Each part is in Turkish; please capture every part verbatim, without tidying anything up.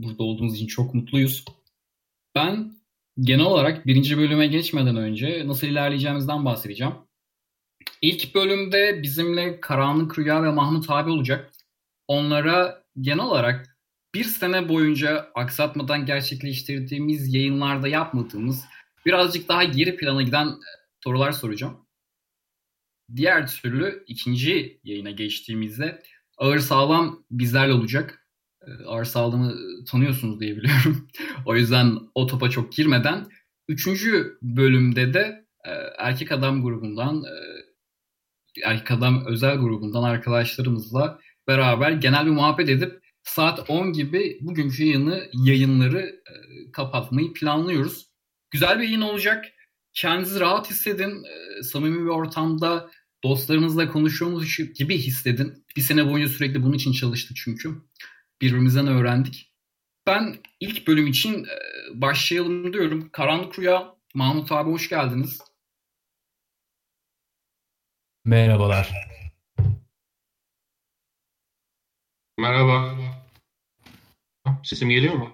Burada olduğunuz için çok mutluyuz. Ben genel olarak birinci bölüme geçmeden önce nasıl ilerleyeceğimizden bahsedeceğim. İlk bölümde bizimle Karanlık Rüya ve Mahmut abi olacak. Onlara genel olarak bir sene boyunca aksatmadan gerçekleştirdiğimiz yayınlarda yapmadığımız birazcık daha geri plana giden sorular soracağım. Diğer türlü ikinci yayına geçtiğimizde Ağır Sağlam bizlerle olacak. Ağır Sağlam'ı tanıyorsunuz diye biliyorum. O yüzden o topa çok girmeden üçüncü bölümde de Erkek Adam grubundan, Erkek Adam özel grubundan arkadaşlarımızla beraber genel bir muhabbet edip saat on gibi bugünkü yayını, yayınları kapatmayı planlıyoruz. Güzel bir yayın olacak. Kendinizi rahat hissedin. Samimi bir ortamda dostlarınızla konuşuyormuş gibi hissedin. Bir sene boyunca sürekli bunun için çalıştık çünkü. Birbirimizden öğrendik. Ben ilk bölüm için başlayalım diyorum. Karanlık Rüya, Mahmut abi hoş geldiniz. Merhabalar. Merhaba. Sesim geliyor mu?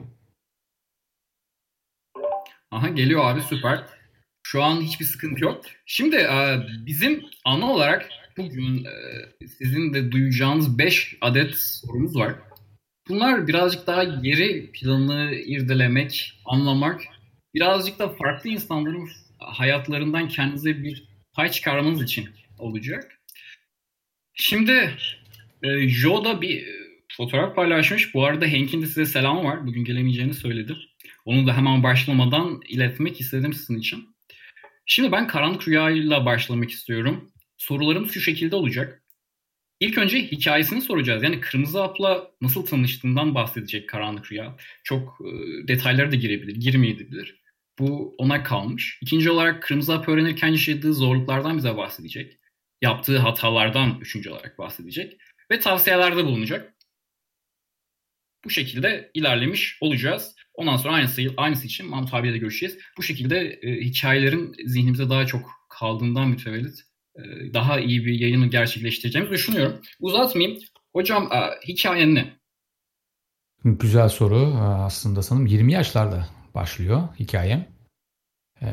Aha geliyor abi, süper. Şu an hiçbir sıkıntı yok. Şimdi bizim ana olarak bugün sizin de duyacağınız beş adet sorumuz var. Bunlar birazcık daha geri planı irdelemek, anlamak, birazcık da farklı insanların hayatlarından kendinize bir pay çıkarmanız için olacak. Şimdi e, Joe bir fotoğraf paylaşmış. Bu arada Hank'in de size selamı var. Bugün gelemeyeceğini söyledi. Onu da hemen başlamadan iletmek istedim sizin için. Şimdi ben Karanlık Rüya'yla başlamak istiyorum. Sorularım şu şekilde olacak. İlk önce hikayesini soracağız. Yani Kırmızı Hap'la nasıl tanıştığından bahsedecek Karanlık Rüya. Çok e, detaylara da girebilir, girmeyebilir. Bu ona kalmış. İkinci olarak Kırmızı Hap öğrenirken yaşadığı zorluklardan bize bahsedecek. Yaptığı hatalardan üçüncü olarak bahsedecek. Ve tavsiyelerde bulunacak. Bu şekilde ilerlemiş olacağız. Ondan sonra aynısı, aynısı için Mahmut abiyle de görüşeceğiz. Bu şekilde e, hikayelerin zihnimize daha çok kaldığından mütevellit e, daha iyi bir yayını gerçekleştireceğimizi düşünüyorum. Uzatmayayım. Hocam e, hikayen ne? Güzel soru. Aslında sanırım yirmi yaşlarda başlıyor hikayem. Ee,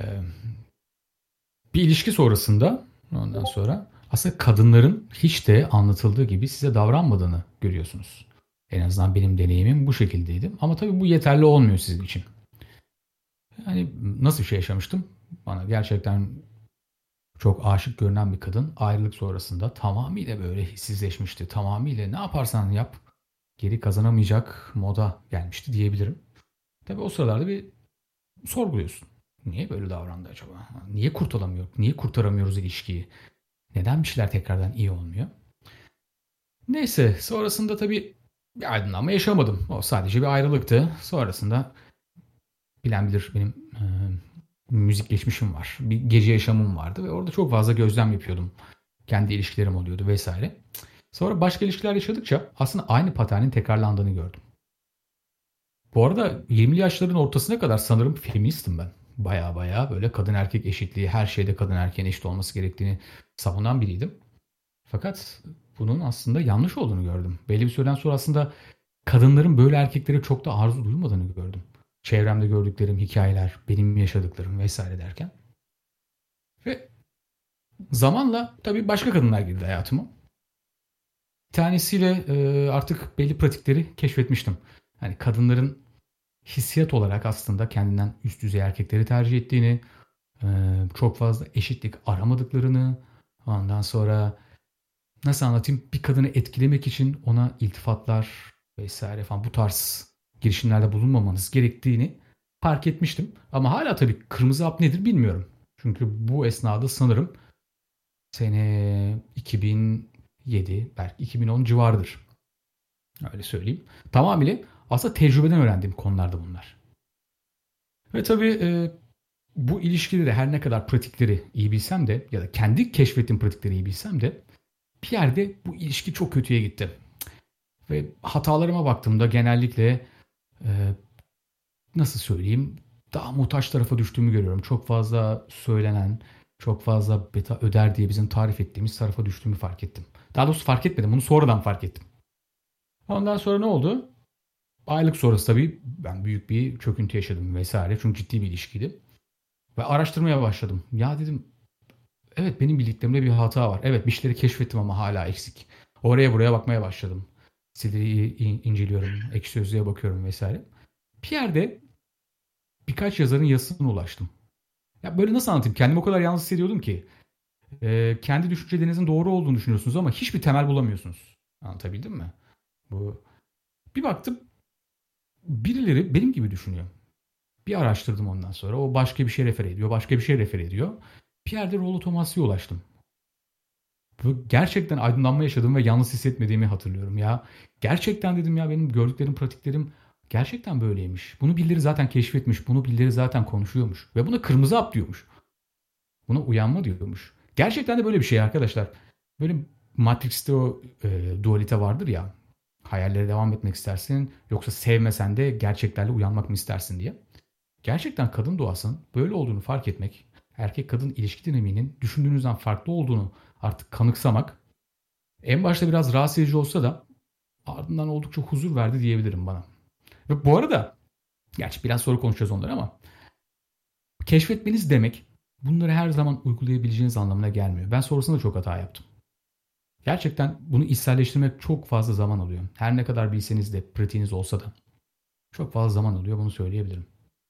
bir ilişki sonrasında ondan sonra aslında kadınların hiç de anlatıldığı gibi size davranmadığını görüyorsunuz. En azından benim deneyimim bu şekildeydi. Ama tabii bu yeterli olmuyor sizin için. Yani nasıl bir şey yaşamıştım? Bana gerçekten çok aşık görünen bir kadın ayrılık sonrasında tamamıyla böyle hissizleşmişti. Tamamıyla ne yaparsan yap geri kazanamayacak moda gelmişti diyebilirim. Tabii o sıralarda bir sorguluyorsun. Niye böyle davrandı acaba? Niye kurtulamıyor? Niye kurtaramıyoruz ilişkiyi? Neden bir şeyler tekrardan iyi olmuyor? Neyse sonrasında tabii bir aydınlanma yaşamadım. O sadece bir ayrılıktı. Sonrasında bilen bilir benim e, müzik geçmişim var. Bir gece yaşamım vardı ve orada çok fazla gözlem yapıyordum. Kendi ilişkilerim oluyordu vesaire. Sonra başka ilişkiler yaşadıkça aslında aynı paternin tekrarlandığını gördüm. Bu arada yirmili yaşların ortasına kadar sanırım feministim ben. Baya baya böyle kadın erkek eşitliği, her şeyde kadın erkeğin eşit olması gerektiğini savunan biriydim. Fakat bunun aslında yanlış olduğunu gördüm. Belli bir süreden sonra aslında kadınların böyle erkeklere çok da arzu duymadığını gördüm. Çevremde gördüklerim, hikayeler, benim yaşadıklarım vesaire derken. Ve zamanla tabii başka kadınlar girdi hayatıma. Bir tanesiyle artık belli pratikleri keşfetmiştim. Hani kadınların hissiyat olarak aslında kendinden üst düzey erkekleri tercih ettiğini, çok fazla eşitlik aramadıklarını, ondan sonra nasıl anlatayım, bir kadını etkilemek için ona iltifatlar vesaire falan bu tarz girişimlerde bulunmamanız gerektiğini fark etmiştim. Ama hala tabii Kırmızı Hap nedir bilmiyorum. Çünkü bu esnada sanırım sene iki bin yedi belki iki bin on civarıdır. Öyle söyleyeyim. Tamamıyla aslında tecrübeden öğrendiğim konularda bunlar. Ve tabii e, bu ilişkide de her ne kadar pratikleri iyi bilsem de ya da kendi keşfettiğim pratikleri iyi bilsem de bir yerde bu ilişki çok kötüye gitti. Ve hatalarıma baktığımda genellikle e, nasıl söyleyeyim daha muhtaç tarafa düştüğümü görüyorum. Çok fazla söylenen, çok fazla beta öder diye bizim tarif ettiğimiz tarafa düştüğümü fark ettim. Daha doğrusu fark etmedim, bunu sonradan fark ettim. Ondan sonra ne oldu? Aylık sonrası tabii ben büyük bir çöküntü yaşadım vesaire. Çünkü ciddi bir ilişkiydi. Ve araştırmaya başladım. Ya dedim, evet benim bildiklerimde bir hata var. Evet bir şeyleri keşfettim ama hala eksik. Oraya buraya bakmaya başladım. Siteyi in- inceliyorum, ekşi sözlüğe bakıyorum vesaire. Bir yerde birkaç yazarın yazısına ulaştım. Ya böyle nasıl anlatayım? Kendimi o kadar yalnız hissediyordum ki. Ee, kendi düşüncelerinizin doğru olduğunu düşünüyorsunuz ama hiçbir temel bulamıyorsunuz. Anlatabildim mi? Bu bir baktım birileri benim gibi düşünüyor. Bir araştırdım ondan sonra. O başka bir şey refer ediyor, başka bir şey refer ediyor. Bir yerde Rollo Tomassi'ye ulaştım. Bu gerçekten aydınlanma yaşadığım ve yalnız hissetmediğimi hatırlıyorum ya. Gerçekten dedim ya benim gördüklerim, pratiklerim gerçekten böyleymiş. Bunu birileri zaten keşfetmiş, bunu birileri zaten konuşuyormuş ve buna kırmızı hap diyormuş. Buna uyanma diyormuş. Gerçekten de böyle bir şey arkadaşlar. Böyle Matrix'te o e, dualite vardır ya. Hayallere devam etmek istersin yoksa sevmesen de gerçeklerle uyanmak mı istersin diye. Gerçekten kadın doğasının böyle olduğunu fark etmek, erkek kadın ilişki dinamiğinin düşündüğünüzden farklı olduğunu artık kanıksamak en başta biraz rahatsız edici olsa da ardından oldukça huzur verdi diyebilirim bana. Ve bu arada gerçi biraz sonra konuşacağız onları ama keşfetmeniz demek bunları her zaman uygulayabileceğiniz anlamına gelmiyor. Ben sonrasında çok hata yaptım. Gerçekten bunu içselleştirmek çok fazla zaman alıyor. Her ne kadar bilseniz de pratiğiniz olsa da çok fazla zaman alıyor bunu söyleyebilirim.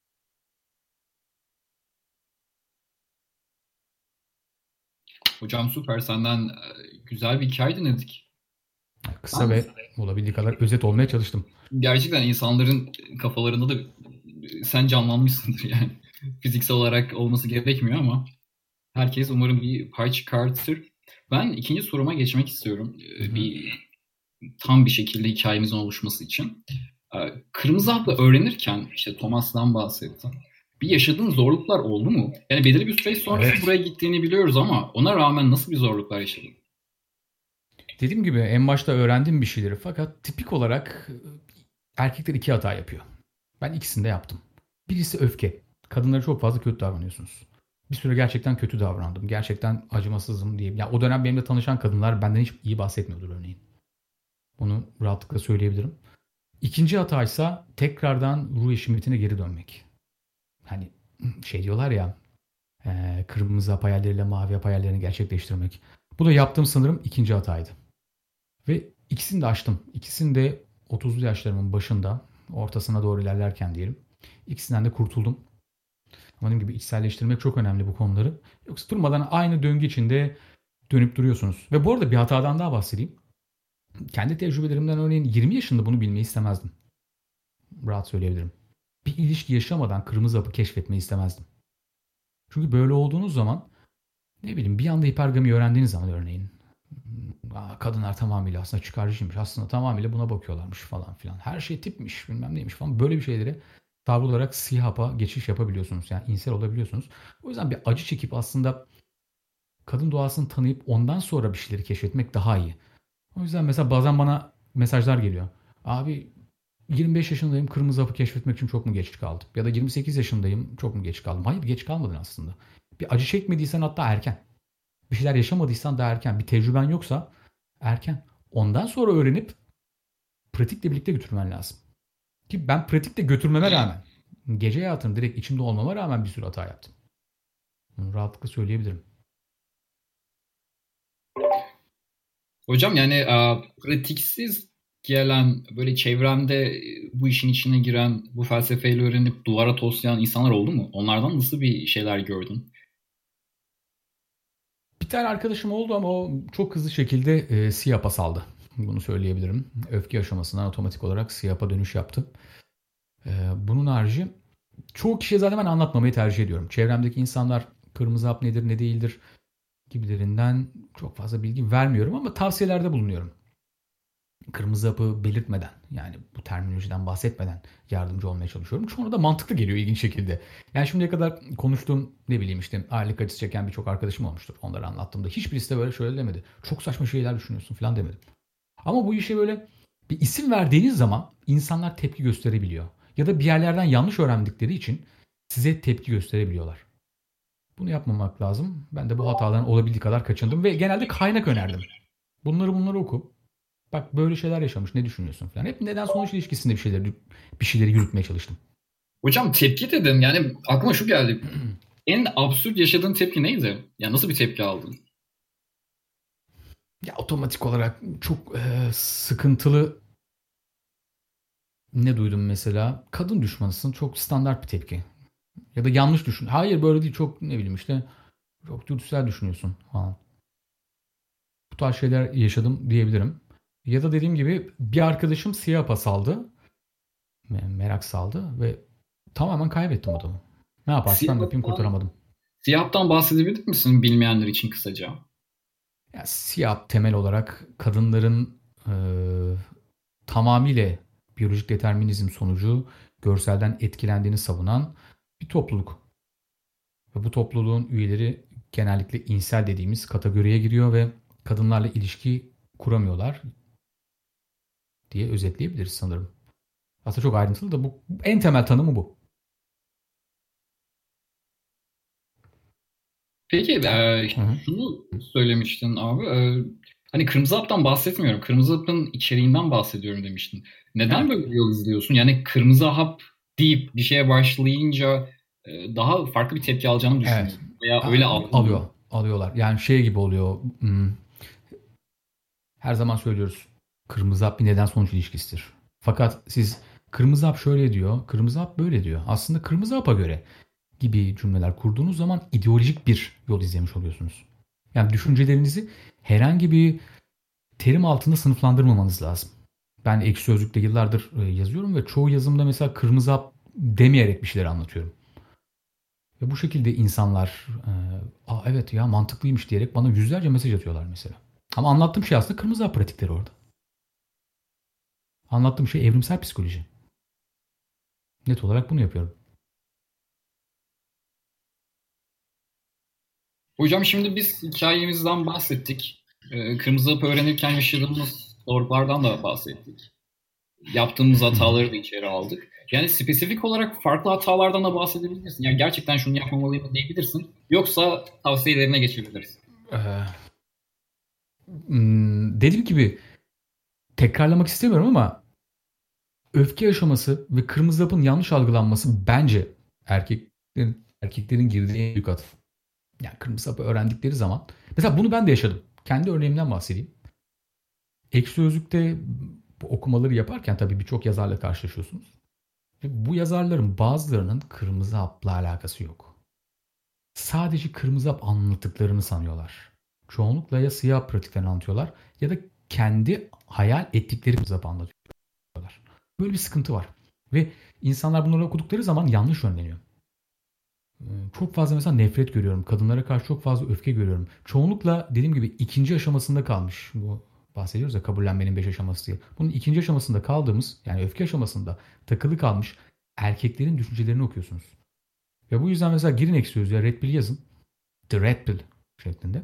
Hocam süper. Senden e, güzel bir hikaye dinledik. Kısa ve olabildiği kadar özet olmaya çalıştım. Gerçekten insanların kafalarında da sen canlanmışsındır yani. Fiziksel olarak olması gerekmiyor ama herkes umarım bir pay çıkartır. Ben ikinci soruma geçmek istiyorum. Hı hı. Bir tam bir şekilde hikayemizin oluşması için. Kırmızı hapla öğrenirken işte Thomas'tan bahsettim. Bir yaşadığın zorluklar oldu mu? Yani belirli bir süre sonra Evet. buraya gittiğini biliyoruz ama ona rağmen nasıl bir zorluklar yaşadın? Dediğim gibi en başta öğrendim bir şeyleri fakat tipik olarak erkekler iki hata yapıyor. Ben ikisini de yaptım. Birisi öfke. Kadınlara çok fazla kötü davranıyorsunuz. Bir süre gerçekten kötü davrandım. Gerçekten acımasızım diyeyim. Ya o dönem benimle tanışan kadınlar benden hiç iyi bahsetmiyordur örneğin. Bunu rahatlıkla söyleyebilirim. İkinci hata ise tekrardan ruh eşimetine geri dönmek. Hani şey diyorlar ya e, kırmızı hap hayalleriyle mavi hap hayallerini gerçekleştirmek. Bu da yaptığım sanırım ikinci hataydı. Ve ikisini de aştım. İkisini de otuzlu yaşlarımın başında ortasına doğru ilerlerken diyelim. İkisinden de kurtuldum. Ama dediğim gibi içselleştirmek çok önemli bu konuları. Yoksa durmadan aynı döngü içinde dönüp duruyorsunuz. Ve bu arada bir hatadan daha bahsedeyim. Kendi tecrübelerimden örneğin yirmi yaşında bunu bilmeyi istemezdim. Rahat söyleyebilirim. Bir ilişki yaşamadan kırmızı hapı keşfetmeyi istemezdim. Çünkü böyle olduğunuz zaman ne bileyim bir anda hipergami öğrendiğiniz zaman örneğin Aa, kadınlar tamamıyla aslında çıkarcıymış. Aslında tamamıyla buna bakıyorlarmış falan filan. Her şey tipmiş bilmem neymiş falan. Böyle bir şeyleri tavrı olarak siyah hapa geçiş yapabiliyorsunuz. Yani insel olabiliyorsunuz. O yüzden bir acı çekip aslında kadın doğasını tanıyıp ondan sonra bir şeyleri keşfetmek daha iyi. O yüzden mesela bazen bana mesajlar geliyor. Abi yirmi beş yaşındayım kırmızı hapı keşfetmek için çok mu geç kaldım? Ya da yirmi sekiz yaşındayım çok mu geç kaldım? Hayır geç kalmadın aslında. Bir acı çekmediysen hatta erken. Bir şeyler yaşamadıysan daha erken. Bir tecrüben yoksa erken. Ondan sonra öğrenip pratikle birlikte götürmen lazım. Ki ben pratikle götürmeme rağmen gece hayatım direkt içimde olmama rağmen bir sürü hata yaptım. Bunu rahatlıkla söyleyebilirim. Hocam yani e, pratiksiz gelen böyle çevrende e, bu işin içine giren bu felsefeyle öğrenip duvara toslayan insanlar oldu mu? Onlardan nasıl bir şeyler gördün? Bir tane arkadaşım oldu ama o çok hızlı şekilde e, SİAP'a saldı. Bunu söyleyebilirim. Öfke aşamasından otomatik olarak SİAP'a dönüş yaptı. E, bunun harici çoğu kişiye zaten ben anlatmamayı tercih ediyorum. Çevremdeki insanlar kırmızı hap nedir ne değildir gibilerinden çok fazla bilgi vermiyorum ama tavsiyelerde bulunuyorum. Kırmızı hapı belirtmeden yani bu terminolojiden bahsetmeden yardımcı olmaya çalışıyorum. Çoğuna da mantıklı geliyor ilginç şekilde. Yani şimdiye kadar konuştuğum ne bileyim işte ağırlık acısı çeken birçok arkadaşım olmuştur. Onları anlattığımda hiçbirisi de böyle şöyle demedi. Çok saçma şeyler düşünüyorsun falan demedi. Ama bu işe böyle bir isim verdiğiniz zaman insanlar tepki gösterebiliyor. Ya da bir yerlerden yanlış öğrendikleri için size tepki gösterebiliyorlar. Bunu yapmamak lazım. Ben de bu hatadan olabildiği kadar kaçındım ve genelde kaynak önerdim. Bunları bunları oku. Bak böyle şeyler yaşamış, ne düşünüyorsun falan. Hep neden sonuç ilişkisinde bir şeyleri bir şeyleri yürütmeye çalıştım. Hocam tepki dedin. Yani aklıma şu geldi. En absürt yaşadığın tepki neydi? Ya nasıl bir tepki aldın? Ya otomatik olarak çok e, sıkıntılı ne duydum mesela? Kadın düşmanısın, çok standart bir tepki. Ya da yanlış düşün. Hayır böyle değil, çok ne bileyim işte çok dürtüsel düşünüyorsun falan. Bu tarz şeyler yaşadım diyebilirim. Ya da dediğim gibi bir arkadaşım siyah pas aldı. Merak saldı ve tamamen kaybettim adamı. Ne yaparsam yapayım Siyahtan, kurtaramadım. siyahtan bahsedebilir misin bilmeyenler için kısaca? Ya, siyah temel olarak kadınların e, tamamıyla biyolojik determinizm sonucu görselden etkilendiğini savunan bir topluluk. Ve bu topluluğun üyeleri genellikle insel dediğimiz kategoriye giriyor ve kadınlarla ilişki kuramıyorlar diye özetleyebiliriz sanırım. Aslında çok ayrıntılı da bu en temel tanımı bu. Peki Yani, e, hı hı. şunu söylemiştin abi. E, hani Kırmızı Hap'tan bahsetmiyorum. Kırmızı Hap'ın içeriğinden bahsediyorum demiştin. Neden Evet. böyle bir yol izliyorsun? Yani Kırmızı Hap deyip bir şeye başlayınca e, daha farklı bir tepki alacağını Evet. düşünüyorum. Veya A- öyle algılanıyor. Alıyor. Alıyorlar. Yani şey gibi oluyor. hmm, Her zaman söylüyoruz. Kırmızı hap bir neden sonuç ilişkisidir. Fakat siz kırmızı hap şöyle diyor, kırmızı hap böyle diyor. Aslında kırmızı hapa göre gibi cümleler kurduğunuz zaman ideolojik bir yol izlemiş oluyorsunuz. Yani düşüncelerinizi herhangi bir terim altında sınıflandırmamanız lazım. Ben Ekşi Sözlük'te yıllardır e, yazıyorum ve çoğu yazımda mesela kırmızı hap demeyerek bir şeyler anlatıyorum. Ve bu şekilde insanlar e, Aa, evet ya mantıklıymış diyerek bana yüzlerce mesaj atıyorlar mesela. Ama anlattığım şey aslında kırmızı hap pratikleri orada. Anlattığım şey evrimsel psikoloji. Net olarak bunu yapıyorum. Hocam şimdi biz hikayemizden bahsettik. E, Kırmızı Hap öğrenirken yaşadığımız zorluklardan da bahsettik. Yaptığımız Hı hı. hataları da içeri aldık. Yani spesifik olarak farklı hatalardan da bahsedebilirsin. Yani gerçekten şunu yapmamalıyım diyebilirsin. Yoksa tavsiyelerine geçebiliriz. Ee, hmm, dediğim gibi tekrarlamak istemiyorum ama öfke aşaması ve kırmızı hapın yanlış algılanması bence erkeklerin erkeklerin girdiği en büyük hata. Yani kırmızı hapı öğrendikleri zaman. Mesela bunu ben de yaşadım. Kendi örneğimden bahsedeyim. Ekşi Sözlük'te bu okumaları yaparken tabii birçok yazarla karşılaşıyorsunuz. Ve bu yazarların bazılarının kırmızı hapla alakası yok. Sadece kırmızı hap anlattıklarını sanıyorlar. Çoğunlukla ya siyah pratiklerini anlatıyorlar ya da kendi hayal ettikleri kırmızı hap anlatıyorlar. Böyle bir sıkıntı var. Ve insanlar bunları okudukları zaman yanlış yönleniyor. Çok fazla mesela nefret görüyorum. Kadınlara karşı çok fazla öfke görüyorum. Çoğunlukla dediğim gibi ikinci aşamasında kalmış. Bu bahsediyoruz ya kabullenmenin beş aşaması diye. Bunun ikinci aşamasında kaldığımız yani öfke aşamasında takılı kalmış erkeklerin düşüncelerini okuyorsunuz. Ve bu yüzden mesela girin Ekşi Sözlüğe Red Pill yazın. The Red Pill şeklinde.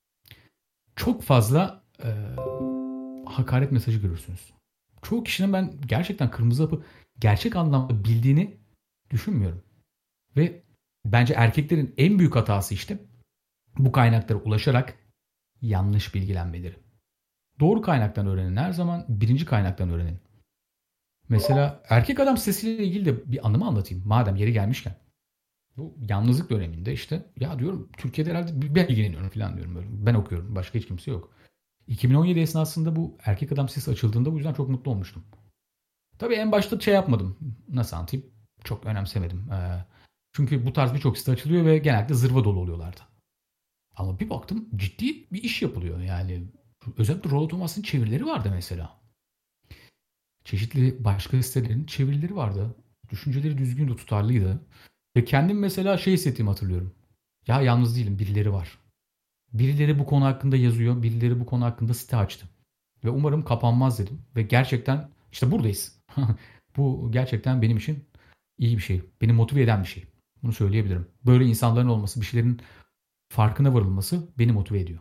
Çok fazla e, hakaret mesajı görürsünüz. Çoğu kişinin ben gerçekten kırmızı hapı gerçek anlamda bildiğini düşünmüyorum. Ve bence erkeklerin en büyük hatası işte bu kaynaklara ulaşarak yanlış bilgilenmeleri. Doğru kaynaktan öğrenin. Her zaman birinci kaynaktan öğrenin. Mesela erkek adam sesiyle ilgili de bir anımı anlatayım. Madem yeri gelmişken. Bu yalnızlık döneminde işte ya diyorum Türkiye'de herhalde ben ilgileniyorum falan diyorum böyle. Ben okuyorum. Başka hiç kimse yok. iki bin on yedi esnasında bu erkek adam sesi açıldığında bu yüzden çok mutlu olmuştum. Tabii en başta şey yapmadım. Nasıl anlatayım? Çok önemsemedim. Ee, çünkü bu tarz birçok site açılıyor ve genellikle zırva dolu oluyorlardı. Ama bir baktım ciddi bir iş yapılıyor. Yani özellikle Rollo Thomas'ın çevirileri vardı mesela. Çeşitli başka sitelerin çevirileri vardı. Düşünceleri düzgündü, tutarlıydı. Ve kendim mesela şey hissettiğimi hatırlıyorum. Ya yalnız değilim, birileri var. Birileri bu konu hakkında yazıyor, birileri bu konu hakkında site açtı. Ve umarım kapanmaz dedim. Ve gerçekten işte buradayız. Bu gerçekten benim için iyi bir şey. Beni motive eden bir şey. Bunu söyleyebilirim. Böyle insanların olması, bir şeylerin farkına varılması beni motive ediyor.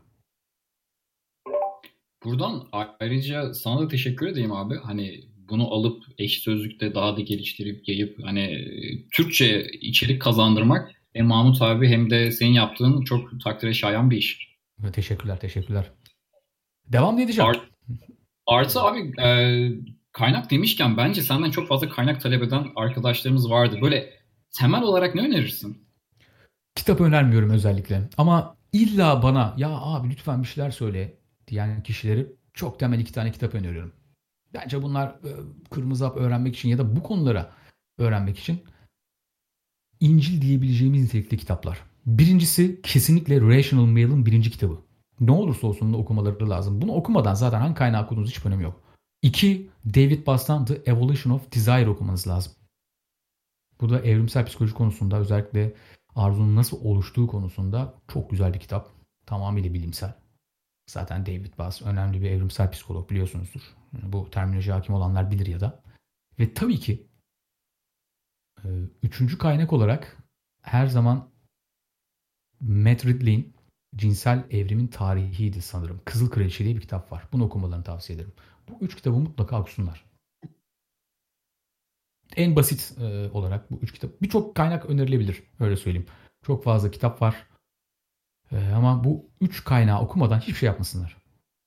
Buradan ayrıca sana da teşekkür edeyim abi. Hani bunu alıp Ekşi Sözlük'te daha da geliştirip yayıp hani e, Türkçe içerik kazandırmak hem Mahmut abi hem de senin yaptığın çok takdire şayan bir iş. Ve teşekkürler, teşekkürler. Devam edeceğim. Art- Artı abi e, kaynak demişken bence senden çok fazla kaynak talep eden arkadaşlarımız vardı. Böyle temel olarak ne önerirsin? Kitap önermiyorum özellikle. Ama illa bana ya abi lütfen bir şeyler söyle diyen kişileri çok temel iki tane kitap öneriyorum. Bence bunlar e, kırmızı hap öğrenmek için ya da bu konulara öğrenmek için İncil diyebileceğimiz nitelikte kitaplar. Birincisi kesinlikle Rational Mail'in birinci kitabı. Ne olursa olsun da okumaları lazım. Bunu okumadan zaten hangi kaynağı okuduğunuz hiç önemi yok. İki, David Bass'tan The Evolution of Desire okumanız lazım. Bu da evrimsel psikoloji konusunda özellikle arzunun nasıl oluştuğu konusunda çok güzel bir kitap. Tamamıyla bilimsel. Zaten David Bass önemli bir evrimsel psikolog biliyorsunuzdur. Bu terminoloji hakim olanlar bilir ya da. Ve tabii ki e, üçüncü kaynak olarak her zaman Matt Ridley'in Cinsel Evrimin Tarihiydi sanırım. Kızıl Kraliçe diye bir kitap var. Bunu okumalarını tavsiye ederim. Bu üç kitabı mutlaka okusunlar. En basit e, olarak bu üç kitap. Birçok kaynak önerilebilir. Öyle söyleyeyim. Çok fazla kitap var. E, ama bu üç kaynağı okumadan hiçbir şey yapmasınlar.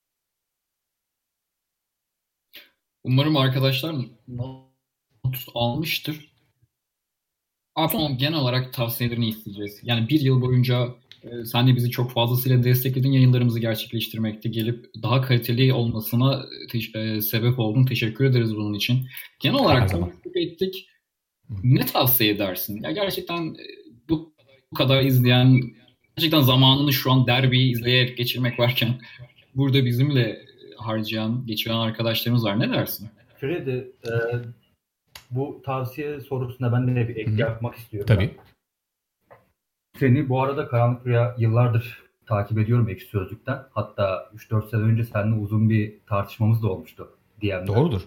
Umarım arkadaşlar not almıştır. Abi genel olarak tavsiyelerini isteyeceğiz. Yani bir yıl boyunca e, sen de bizi çok fazlasıyla destekledin, yayınlarımızı gerçekleştirmekte. Gelip daha kaliteli olmasına te- e, sebep oldun. Teşekkür ederiz bunun için. Genel olarak konuştuk ettik. Ne tavsiye edersin? Ya gerçekten e, bu, bu kadar izleyen, gerçekten zamanını şu an derbiyi izleyerek geçirmek varken burada bizimle harcayan, geçiren arkadaşlarımız var. Ne dersin? Freddy, e, bu tavsiye sorusuna ben de bir ek Hı-hı. yapmak istiyorum. Tabii. Seni bu arada Karanlık Rüya yıllardır takip ediyorum Ekşi Sözlük'ten. Hatta üç dört sene önce seninle uzun bir tartışmamız da olmuştu D M'de. Doğrudur.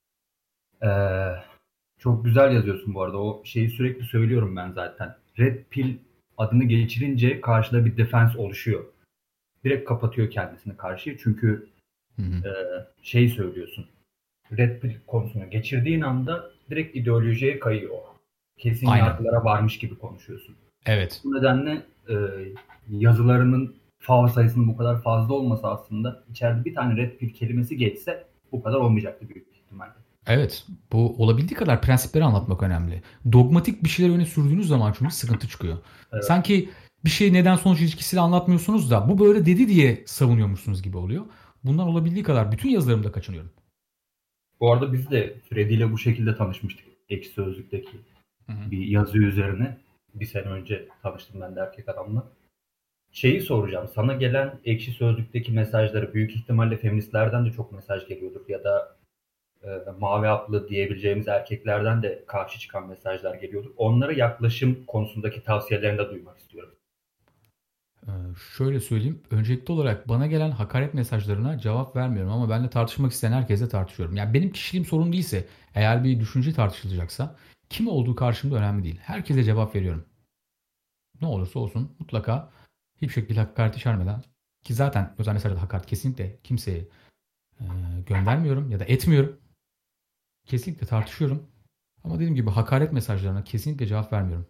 Ee, çok güzel yazıyorsun bu arada. O şeyi sürekli söylüyorum ben zaten. Red Pill adını geçirince karşıda bir defense oluşuyor. Direkt kapatıyor kendisini karşıyı. Çünkü e, şey söylüyorsun. Red Pill konusunu geçirdiğin anda direkt ideolojiye kayıyor. Kesin Aynen. yargılara varmış gibi konuşuyorsun. Evet. Bu nedenle e, yazılarının faul sayısının bu kadar fazla olması aslında içeride bir tane red pill kelimesi geçse bu kadar olmayacaktı büyük ihtimalle. Evet. Bu olabildiği kadar prensipleri anlatmak önemli. Dogmatik bir şeyler öne sürdüğünüz zaman çünkü sıkıntı çıkıyor. Evet. Sanki bir şey neden sonuç ilişkisiyle anlatmıyorsunuz da bu böyle dedi diye savunuyormuşsunuz gibi oluyor. Bundan olabildiği kadar bütün yazılarımda kaçınıyorum. Bu arada biz de Freddy ile bu şekilde tanışmıştık. Ekşi Sözlük'teki hı hı. bir yazı üzerine. Bir sene önce tanıştım ben de erkek adamla. Şeyi soracağım. Sana gelen Ekşi Sözlük'teki mesajları büyük ihtimalle feministlerden de çok mesaj geliyordur. Ya da e, mavi haplı diyebileceğimiz erkeklerden de karşı çıkan mesajlar geliyordur. Onlara yaklaşım konusundaki tavsiyelerini de duymak istiyorum. Ee, şöyle söyleyeyim. Öncelikli olarak bana gelen hakaret mesajlarına cevap vermiyorum ama benimle tartışmak isteyen herkesle tartışıyorum. Yani benim kişiliğim sorun değilse, eğer bir düşünce tartışılacaksa kim olduğu karşımda önemli değil. Herkese cevap veriyorum. Ne olursa olsun mutlaka hiçbir şekilde hakaret içermeden, ki zaten özel mesajda hakaret kesinlikle kimseye e, göndermiyorum ya da etmiyorum. Kesinlikle tartışıyorum. Ama dediğim gibi hakaret mesajlarına kesinlikle cevap vermiyorum.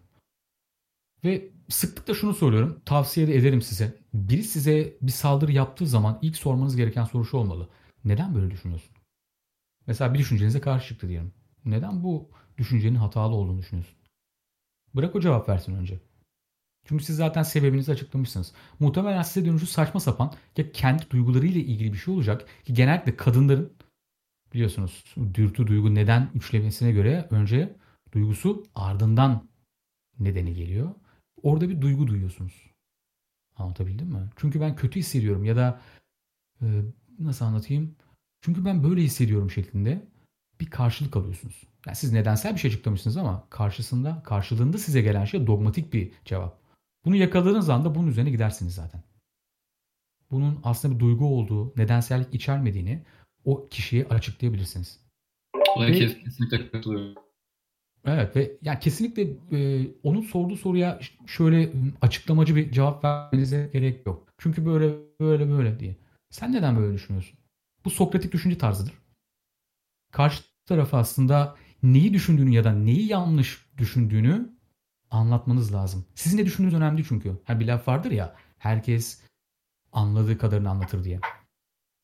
Ve sıklıkla şunu soruyorum. Tavsiye de ederim size. Biri size bir saldırı yaptığı zaman ilk sormanız gereken soru şu olmalı. Neden böyle düşünüyorsun? Mesela bir düşüncenize karşı çıktı diyelim. Neden bu düşüncenin hatalı olduğunu düşünüyorsun? Bırak o cevap versin önce. Çünkü siz zaten sebebinizi açıklamışsınız. Muhtemelen size dönüşü saçma sapan ya kendi duygularıyla ilgili bir şey olacak. Ki genellikle kadınların biliyorsunuz dürtü duygu neden üçlemesine göre önce duygusu ardından nedeni geliyor. Orada bir duygu duyuyorsunuz. Anlatabildim mi? Çünkü ben kötü hissediyorum ya da e, nasıl anlatayım? Çünkü ben böyle hissediyorum şeklinde bir karşılık alıyorsunuz. Yani siz nedensel bir şey açıklamışsınız ama karşısında, karşılığında size gelen şey dogmatik bir cevap. Bunu yakaladığınız anda bunun üzerine gidersiniz zaten. Bunun aslında bir duygu olduğu, nedensellik içermediğini o kişiye açıklayabilirsiniz. Ve, kesinlikle katılıyorum. Evet ve yani kesinlikle e, onun sorduğu soruya şöyle açıklamacı bir cevap vermenize gerek yok. Çünkü böyle böyle böyle diye. Sen neden böyle düşünüyorsun? Bu Sokratik düşünce tarzıdır. Karşı tarafa aslında neyi düşündüğünü ya da neyi yanlış düşündüğünü anlatmanız lazım. Sizin ne düşündüğünüz önemli değil çünkü. Ha, bir laf vardır ya, herkes anladığı kadarını anlatır diye.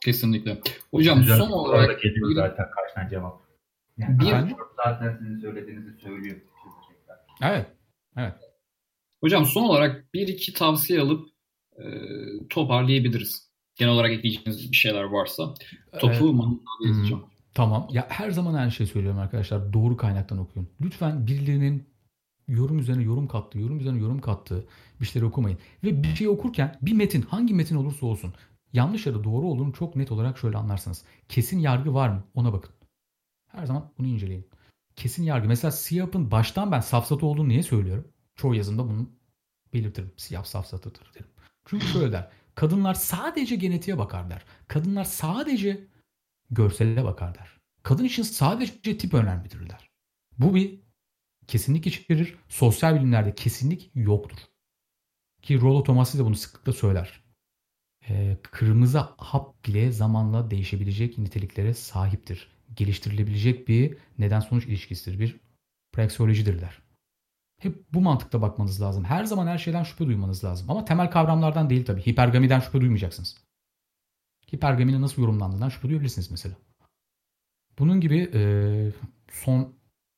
Kesinlikle. Hocam Güzel son sorular da olarak geliyor bir, zaten kaç tane cevap. Yani bir Efendim? zaten sizin söylediğinizi söylüyor. Evet. Evet. hocam son olarak bir iki tavsiye alıp e, toparlayabiliriz. Genel olarak ekleyeceğiniz bir şeyler varsa. Topu Ee, Mahmut abi hmm, yazacağım. tamam. Ya her zaman aynı şeyi söylüyorum arkadaşlar. Doğru kaynaktan okuyun. Lütfen birilerinin yorum üzerine yorum kattığı, yorum üzerine yorum kattığı bir şeyleri okumayın. Ve bir şey okurken bir metin, hangi metin olursa olsun yanlış ya da doğru olduğunu çok net olarak şöyle anlarsınız. Kesin yargı var mı? Ona bakın. Her zaman bunu inceleyin. Kesin yargı. Mesela SİAP'ın baştan ben safsatı olduğunu niye söylüyorum? Çoğu yazımda bunu belirtirim. SİAP safsatıdır derim. Çünkü şöyle der. Kadınlar sadece genetiğe bakar der. Kadınlar sadece görsele bakar der. Kadın için sadece tip önemlidir der. Bu bir kesinlik içerir. Sosyal bilimlerde kesinlik yoktur. Ki Rollo Tomassi de bunu sıklıkla söyler. Ee, kırmızı hap bile zamanla değişebilecek niteliklere sahiptir. Geliştirilebilecek bir neden-sonuç ilişkisidir. Bir praksiyolojidir der. Hep bu mantıkla bakmanız lazım. Her zaman her şeyden şüphe duymanız lazım. Ama temel kavramlardan değil tabii. Hipergamiden şüphe duymayacaksınız. Hipergaminin nasıl yorumlandığından şüphe duyabilirsiniz mesela. Bunun gibi e, son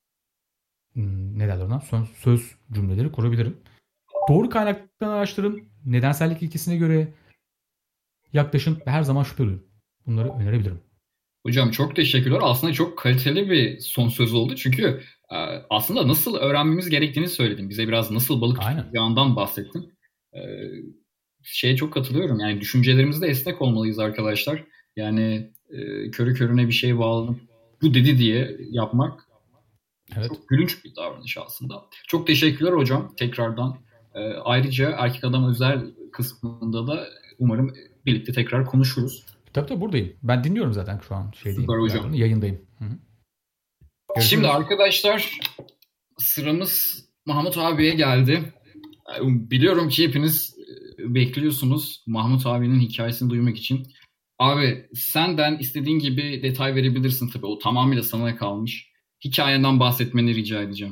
ne derler ona? Son söz cümleleri kurabilirim. Doğru kaynaktan araştırın. Nedensellik ilkesine göre yaklaşın ve her zaman şüphe duyun. Bunları önerebilirim. Hocam çok teşekkürler. Aslında çok kaliteli bir son söz oldu. Çünkü e, aslında nasıl öğrenmemiz gerektiğini söyledin. Bize biraz nasıl balık Aynen. tutacağından bahsettin. E, şeye çok katılıyorum. Yani düşüncelerimizde esnek olmalıyız arkadaşlar. Yani e, körü körüne bir şeye bağlanıp bu dedi diye yapmak Evet. çok gülünç bir davranış aslında. Çok teşekkürler hocam tekrardan. E, ayrıca erkek adam özel kısmında da umarım birlikte tekrar konuşuruz. Tabii tabii buradayım. Ben dinliyorum zaten şu an. Şeydeyim, Süper hocam. yayındayım. Hı-hı. Şimdi arkadaşlar sıramız Mahmut abiye geldi. Biliyorum ki hepiniz bekliyorsunuz Mahmut abinin hikayesini duymak için. Abi senden istediğin gibi detay verebilirsin tabii. O tamamıyla sana kalmış. Hikayenden bahsetmeni rica edeceğim.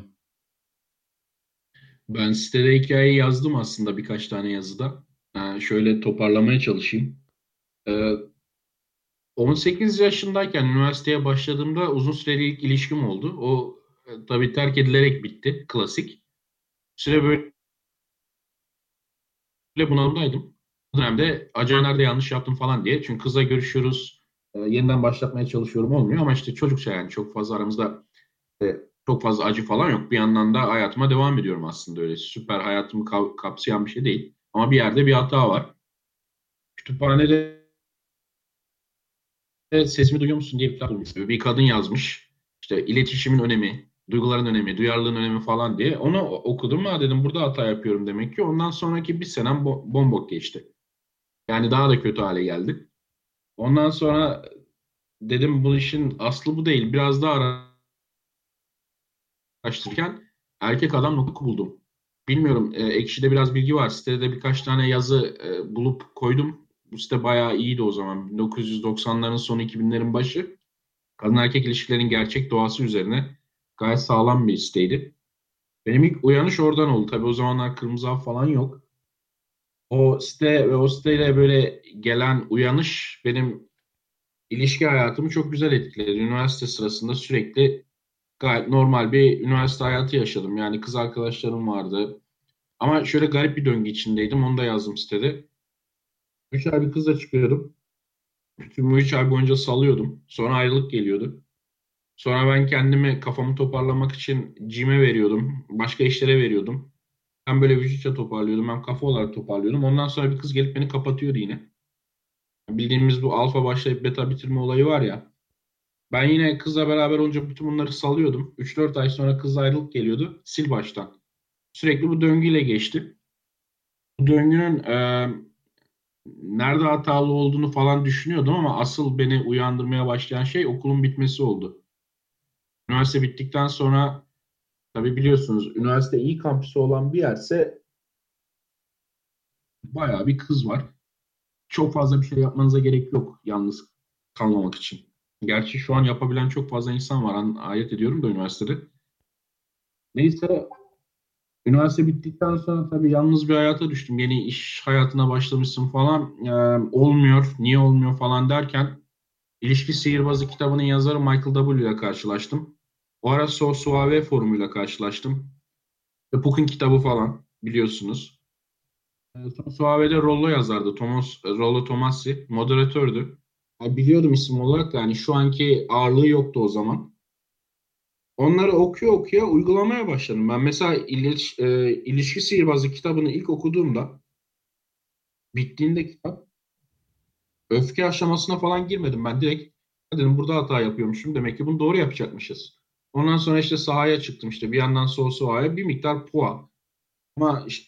Ben sitede hikayeyi yazdım aslında birkaç tane yazıda. Ee, şöyle toparlamaya çalışayım. Ee, on sekiz yaşındayken üniversiteye başladığımda uzun süreli ilk ilişkim oldu. O e, tabii terk edilerek bitti. Klasik. Süre böyle bunalımdaydım. Bu dönemde acaba nerede yanlış yaptım falan diye. Çünkü kızla görüşüyoruz. e, yeniden başlatmaya çalışıyorum olmuyor ama işte çocukça yani çok fazla aramızda e, çok fazla acı falan yok. Bir yandan da hayatıma devam ediyorum aslında öyle. Süper hayatımı ka- kapsayan bir şey değil. Ama bir yerde bir hata var. Kütüphanede sesimi duyuyor musun diye bir kitap bulmuş. Bir kadın yazmış. İşte iletişimin önemi, duyguların önemi, duyarlılığın önemi falan diye. Onu okudum ha dedim burada hata yapıyorum demek ki. Ondan sonraki bir senem bo- bombok geçti. Yani daha da kötü hale geldi. Ondan sonra dedim bu işin aslı bu değil. Biraz daha araştırırken erkek adam nokta buldum. Bilmiyorum e, Ekşi'de biraz bilgi var. Sitede de birkaç tane yazı e, bulup koydum. Bu site bayağı iyiydi o zaman. bin dokuz yüz doksanların sonu iki binlerin başı. Kadın erkek ilişkilerin gerçek doğası üzerine gayet sağlam bir siteydi. Benim ilk uyanış oradan oldu. Tabii o zamanlar kırmızı hap falan yok. O site ve o siteyle böyle gelen uyanış benim ilişki hayatımı çok güzel etkiledi. Üniversite sırasında sürekli gayet normal bir üniversite hayatı yaşadım. Yani kız arkadaşlarım vardı. Ama şöyle garip bir döngü içindeydim. Onu da yazdım sitede. Üç ay bir kızla çıkıyordum. Tüm bu üç ay boyunca salıyordum. Sonra ayrılık geliyordu. Sonra ben kendimi kafamı toparlamak için gym'e veriyordum. Başka işlere veriyordum. Hem böyle vücutça toparlıyordum hem kafa olarak toparlıyordum. Ondan sonra bir kız gelip beni kapatıyordu yine. Bildiğimiz bu alfa başlayıp beta bitirme olayı var ya. Ben yine kızla beraber olunca bütün bunları salıyordum. üç dört ay sonra kızla ayrılık geliyordu. Sil baştan. Sürekli bu döngüyle geçti. Bu döngünün e, nerede hatalı olduğunu falan düşünüyordum ama asıl beni uyandırmaya başlayan şey okulun bitmesi oldu. Üniversite bittikten sonra tabii biliyorsunuz üniversite iyi kampüsü olan bir yerse bayağı bir kız var. Çok fazla bir şey yapmanıza gerek yok yalnız kalmamak için. Gerçi şu an yapabilen çok fazla insan var. An- Ayet ediyorum da üniversitede. Neyse Üniversite bittikten sonra tabii yalnız bir hayata düştüm. Yeni iş hayatına başlamışsın falan. Ee, olmuyor, niye olmuyor falan derken İlişki Sihirbazı kitabının yazarı Michael W. ile karşılaştım. O ara So Suave forumuyla karşılaştım. Ve Puck'un kitabı falan biliyorsunuz. Ee, So Suave'de Rollo yazardı. Thomas, Rollo Tomassi moderatördü. Ya biliyordum isim olarak da yani şu anki ağırlığı yoktu o zaman. Onları okuya okuya uygulamaya başladım. Ben mesela İliş, e, İlişki Sihirbazı kitabını ilk okuduğumda bittiğinde kitap öfke aşamasına falan girmedim. Ben direkt dedim burada hata yapıyormuşum. Demek ki bunu doğru yapacakmışız. Ondan sonra işte sahaya çıktım işte bir yandan sol sahaya bir miktar puan. Ama işte,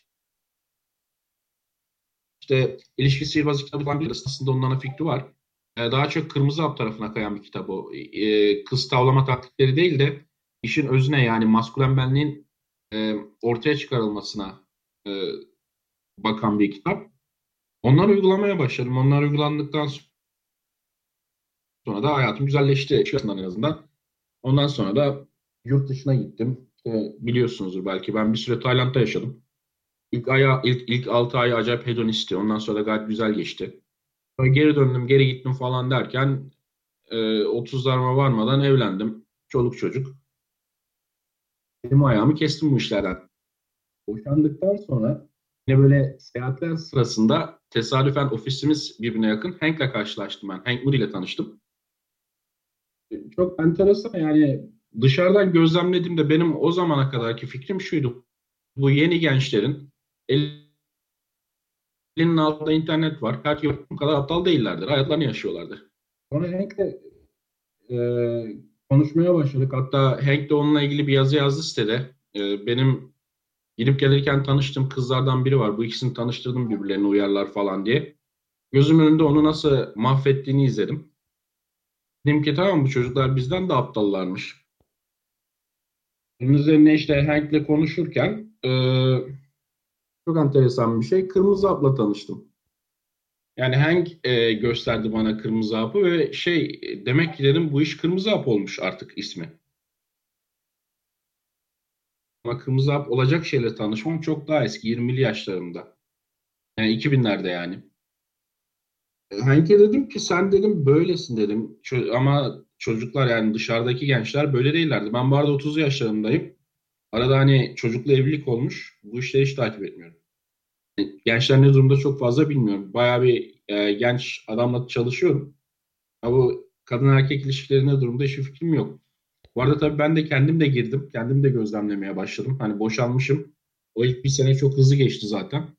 işte İlişki Sihirbazı kitabı falan biliriz. Aslında onun ana fikri var. Ee, daha çok kırmızı hap tarafına kayan bir kitap o. Ee, kız tavlama taktikleri değil de işin özüne yani maskülen benliğin e, ortaya çıkarılmasına e, bakan bir kitap. Onları uygulamaya başladım. Onlar uygulandıktan sonra da hayatım güzelleşti. Şu açıdan en azından. Ondan sonra da yurt dışına gittim. İşte biliyorsunuzdur belki ben bir süre Tayland'da yaşadım. İlk aya ilk ilk altı ay acayip hedonisti. Ondan sonra da gayet güzel geçti. Sonra geri döndüm, geri gittim falan derken e, otuzlarıma varmadan evlendim. Çoluk çocuk. Elim ayağımı kestim bu işlerden. Boşandıktan sonra yine böyle seyahatler sırasında tesadüfen ofisimiz birbirine yakın. Hank'le karşılaştım ben. Hank Moody ile tanıştım. Çok enteresan yani dışarıdan gözlemlediğimde benim o zamana kadarki fikrim şuydu. Bu yeni gençlerin elinin altında internet var. Herkes bu kadar aptal değillerdir. Hayatlarını yaşıyorlardır. Sonra Hank'le e, konuşmaya başladık. Hatta Hank de onunla ilgili bir yazı yazdı sitede. E, benim gidip gelirken tanıştığım kızlardan biri var. Bu ikisini tanıştırdım birbirlerine uyarlar falan diye. Gözümün önünde onu nasıl mahvettiğini izledim. Dedim ki tamam bu çocuklar bizden de aptallarmış. Bunun üzerine işte Hank'le konuşurken e, çok enteresan bir şey. Kırmızı Hap'la tanıştım. Yani Hank e, gösterdi bana Kırmızı Hap'ı ve şey demek ki dedim bu iş Kırmızı Hap olmuş artık ismi. Ama Kırmızı Hap olacak şeyle tanışmam çok daha eski yirmili yaşlarımda. Yani iki binlerde yani. E, Hank'e dedim ki sen dedim böylesin dedim. Ço- ama çocuklar yani dışarıdaki gençler böyle değillerdi. Ben bu arada otuz yaşlarındayım. Arada hani çocukla evlilik olmuş. Bu işleri hiç takip etmiyorum. Gençler ne durumda çok fazla bilmiyorum. Bayağı bir e, genç adamla çalışıyorum. Ama bu kadın erkek ilişkileri ne durumda hiçbir fikrim yok. Bu arada tabii ben de kendim de girdim. Kendim de gözlemlemeye başladım. Hani boşanmışım. O ilk bir sene çok hızlı geçti zaten.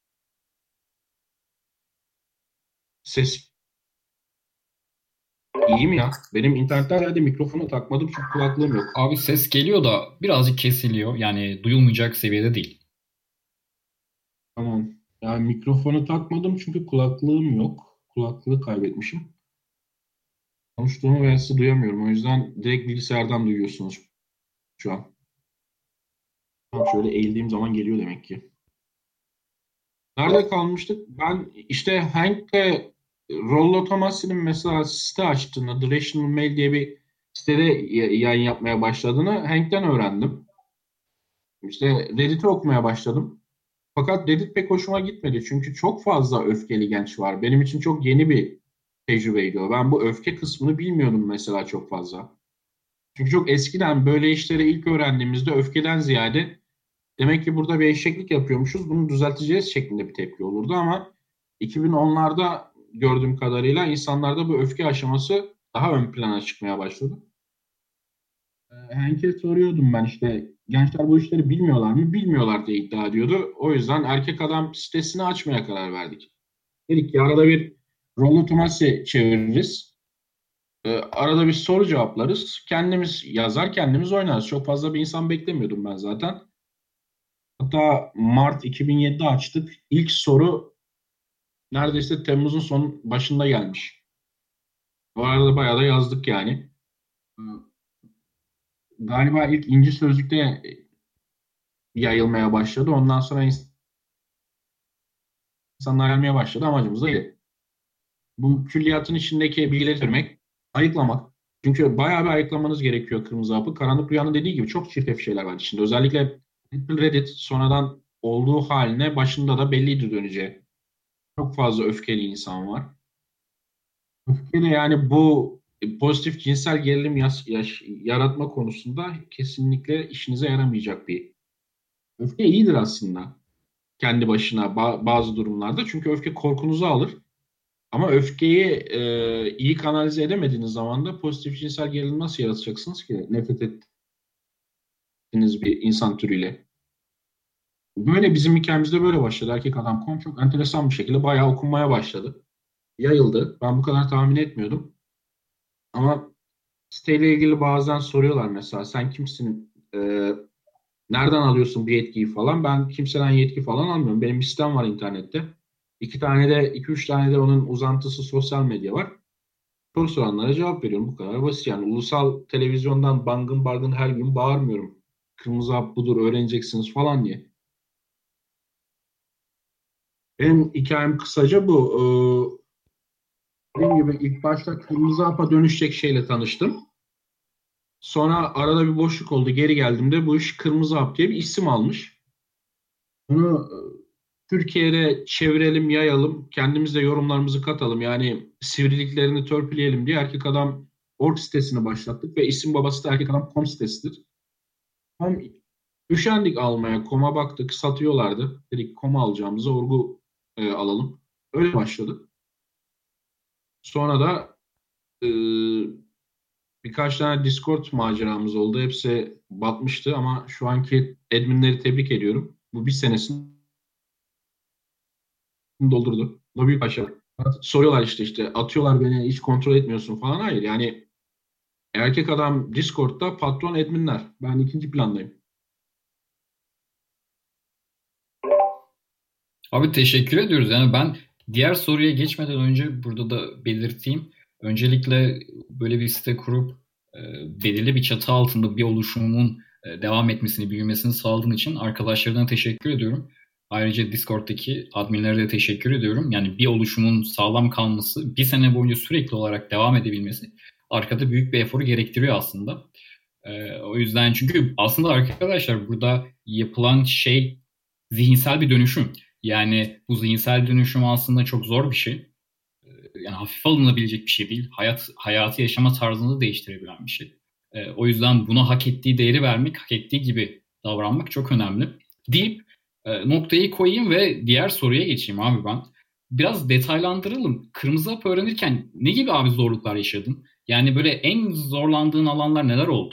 Ses iyi mi ya? Benim internetten herhalde mikrofonu takmadım çünkü kulaklığım yok. Abi ses geliyor da birazcık kesiliyor. Yani duyulmayacak seviyede değil. Tamam. Yani mikrofonu takmadım çünkü kulaklığım yok. Kulaklığı kaybetmişim. Konuştuğumu ben sizi duyamıyorum. O yüzden direkt bilgisayardan duyuyorsunuz şu an. Tamam şöyle eğildiğim zaman geliyor demek ki. Nerede kalmıştık? Ben işte Hank'le Rollo Tomassi'nin mesela site açtığını, The Rational Mail diye bir sitede yayın yapmaya başladığını Hank'ten öğrendim. İşte Reddit'i okumaya başladım. Fakat Reddit pek hoşuma gitmedi. Çünkü çok fazla öfkeli genç var. Benim için çok yeni bir tecrübeydi o. Ben bu öfke kısmını bilmiyordum mesela çok fazla. Çünkü çok eskiden böyle işleri ilk öğrendiğimizde öfkeden ziyade demek ki burada bir eşeklik yapıyormuşuz. Bunu düzelteceğiz şeklinde bir tepki olurdu ama iki bin onlarda gördüğüm kadarıyla insanlarda bu öfke aşaması daha ön plana çıkmaya başladı. Ee, Henk'e soruyordum ben işte gençler bu işleri bilmiyorlar mı? Bilmiyorlar diye iddia ediyordu. O yüzden erkek adam sitesini açmaya karar verdik. Dedik ki arada bir Rollo Tomassi çeviririz. Ee, arada bir soru cevaplarız. Kendimiz yazar, kendimiz oynarız. Çok fazla bir insan beklemiyordum ben zaten. Hatta Mart iki bin yedide açtık. İlk soru neredeyse Temmuz'un son başında gelmiş. Bu arada bayağı da yazdık yani. Galiba ilk İnci Sözlük'te yayılmaya başladı. Ondan sonra insanlar gelmeye başladı. Amacımız da iyi. Bu külliyatın içindeki bilgileri vermek, ayıklamak. Çünkü bayağı bir ayıklamanız gerekiyor Kırmızı Hapı. Karanlık Rüya'nın dediği gibi çok çirkef şeyler var içinde. Özellikle Reddit sonradan olduğu haline başında da belliydi döneceği. Çok fazla öfkeli insan var. Öfkeli yani bu pozitif cinsel gerilim yas- yaş- yaratma konusunda kesinlikle işinize yaramayacak bir. Öfke iyidir aslında kendi başına ba- bazı durumlarda. Çünkü öfke korkunuzu alır. Ama öfkeyi e, iyi kanalize edemediğiniz zaman da pozitif cinsel gerilim nasıl yaratacaksınız ki? Nefret ettiğiniz bir insan türüyle. Böyle bizim hikayemizde böyle başladı. Erkek Adam nokta com çok enteresan bir şekilde bayağı okunmaya başladı. Yayıldı. Ben bu kadar tahmin etmiyordum. Ama siteyle ilgili bazen soruyorlar mesela sen kimsin? E, nereden alıyorsun bir yetkiyi falan? Ben kimseden yetki falan almıyorum. Benim bir sitem var internette. İki tane de, iki üç tane de onun uzantısı sosyal medya var. Soru soranlara cevap veriyorum. Bu kadar basit yani. Ulusal televizyondan bangın bargın her gün bağırmıyorum. Kırmızı hap budur öğreneceksiniz falan diye. Benim hikayem kısaca bu. Ee, dediğim gibi ilk başta kırmızı hapa dönüşecek şeyle tanıştım. Sonra arada bir boşluk oldu. Geri geldiğimde bu iş kırmızı hap diye bir isim almış. Bunu e, Türkiye'de çevirelim, yayalım. Kendimiz de yorumlarımızı katalım. Yani sivriliklerini törpüleyelim diye Erkek Adam org sitesini başlattık ve isim babası da erkek adam nokta com sitesidir. Hem üşendik almaya. Koma baktık. Satıyorlardı. Dedik koma alacağımıza orgu e, alalım. Öyle başladı. Sonra da e, birkaç tane Discord maceramız oldu. Hepsi batmıştı ama şu anki adminleri tebrik ediyorum. Bu bir senesini doldurdu. Bu da büyük başarı. Soruyorlar işte işte atıyorlar beni hiç kontrol etmiyorsun falan. Hayır yani erkek adam Discord'da patron adminler. Ben ikinci plandayım. Abi teşekkür ediyoruz. Yani ben diğer soruya geçmeden önce burada da belirteyim. Öncelikle böyle bir site kurup e, belirli bir çatı altında bir oluşumun e, devam etmesini, büyümesini sağladığın için arkadaşlarına teşekkür ediyorum. Ayrıca Discord'daki adminlere de teşekkür ediyorum. Yani bir oluşumun sağlam kalması, bir sene boyunca sürekli olarak devam edebilmesi arkada büyük bir eforu gerektiriyor aslında. E, o yüzden çünkü aslında arkadaşlar burada yapılan şey zihinsel bir dönüşüm. Yani bu zihinsel dönüşüm aslında çok zor bir şey. Yani hafif alınabilecek bir şey değil. Hayat hayatı yaşama tarzını da değiştirebilen bir şey. E, o yüzden buna hak ettiği değeri vermek, hak ettiği gibi davranmak çok önemli. Deyip e, noktayı koyayım ve diğer soruya geçeyim abi ben. Biraz detaylandıralım. Kırmızı hap öğrenirken ne gibi abi zorluklar yaşadın? Yani böyle en zorlandığın alanlar neler oldu?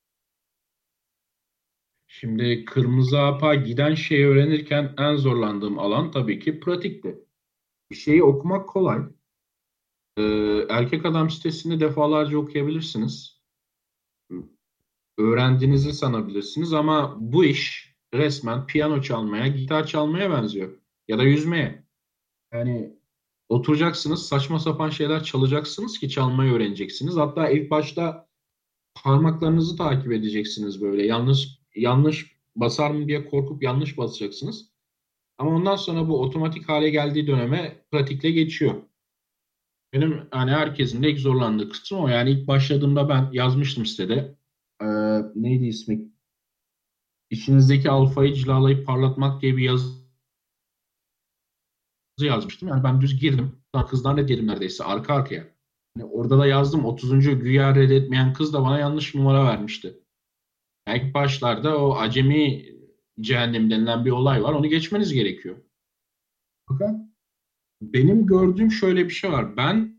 Şimdi kırmızı hapa giden şeyi öğrenirken en zorlandığım alan tabii ki pratikti. Bir şeyi okumak kolay. Ee, Erkek Adam sitesini defalarca okuyabilirsiniz. Öğrendiğinizi sanabilirsiniz ama bu iş resmen piyano çalmaya, gitar çalmaya benziyor. Ya da yüzmeye. Yani oturacaksınız, saçma sapan şeyler çalacaksınız ki çalmayı öğreneceksiniz. Hatta ilk başta parmaklarınızı takip edeceksiniz böyle. Yanlış yanlış basar mı diye korkup yanlış basacaksınız. Ama ondan sonra bu otomatik hale geldiği döneme pratikle geçiyor. Benim hani herkesin de ilk zorlandığı kısım o. Yani ilk başladığımda ben yazmıştım sitede. Ee, neydi ismi? İçinizdeki alfayı cilalayıp parlatmak diye bir yazı yazmıştım. Yani ben düz girdim. Daha kızlar ne diyelim neredeyse arka arkaya. Yani orada da yazdım. otuzuncu güya reddetmeyen kız da bana yanlış numara vermişti. Yani ilk başlarda o acemi cehennem denilen bir olay var. Onu geçmeniz gerekiyor. Fakat benim gördüğüm şöyle bir şey var. Ben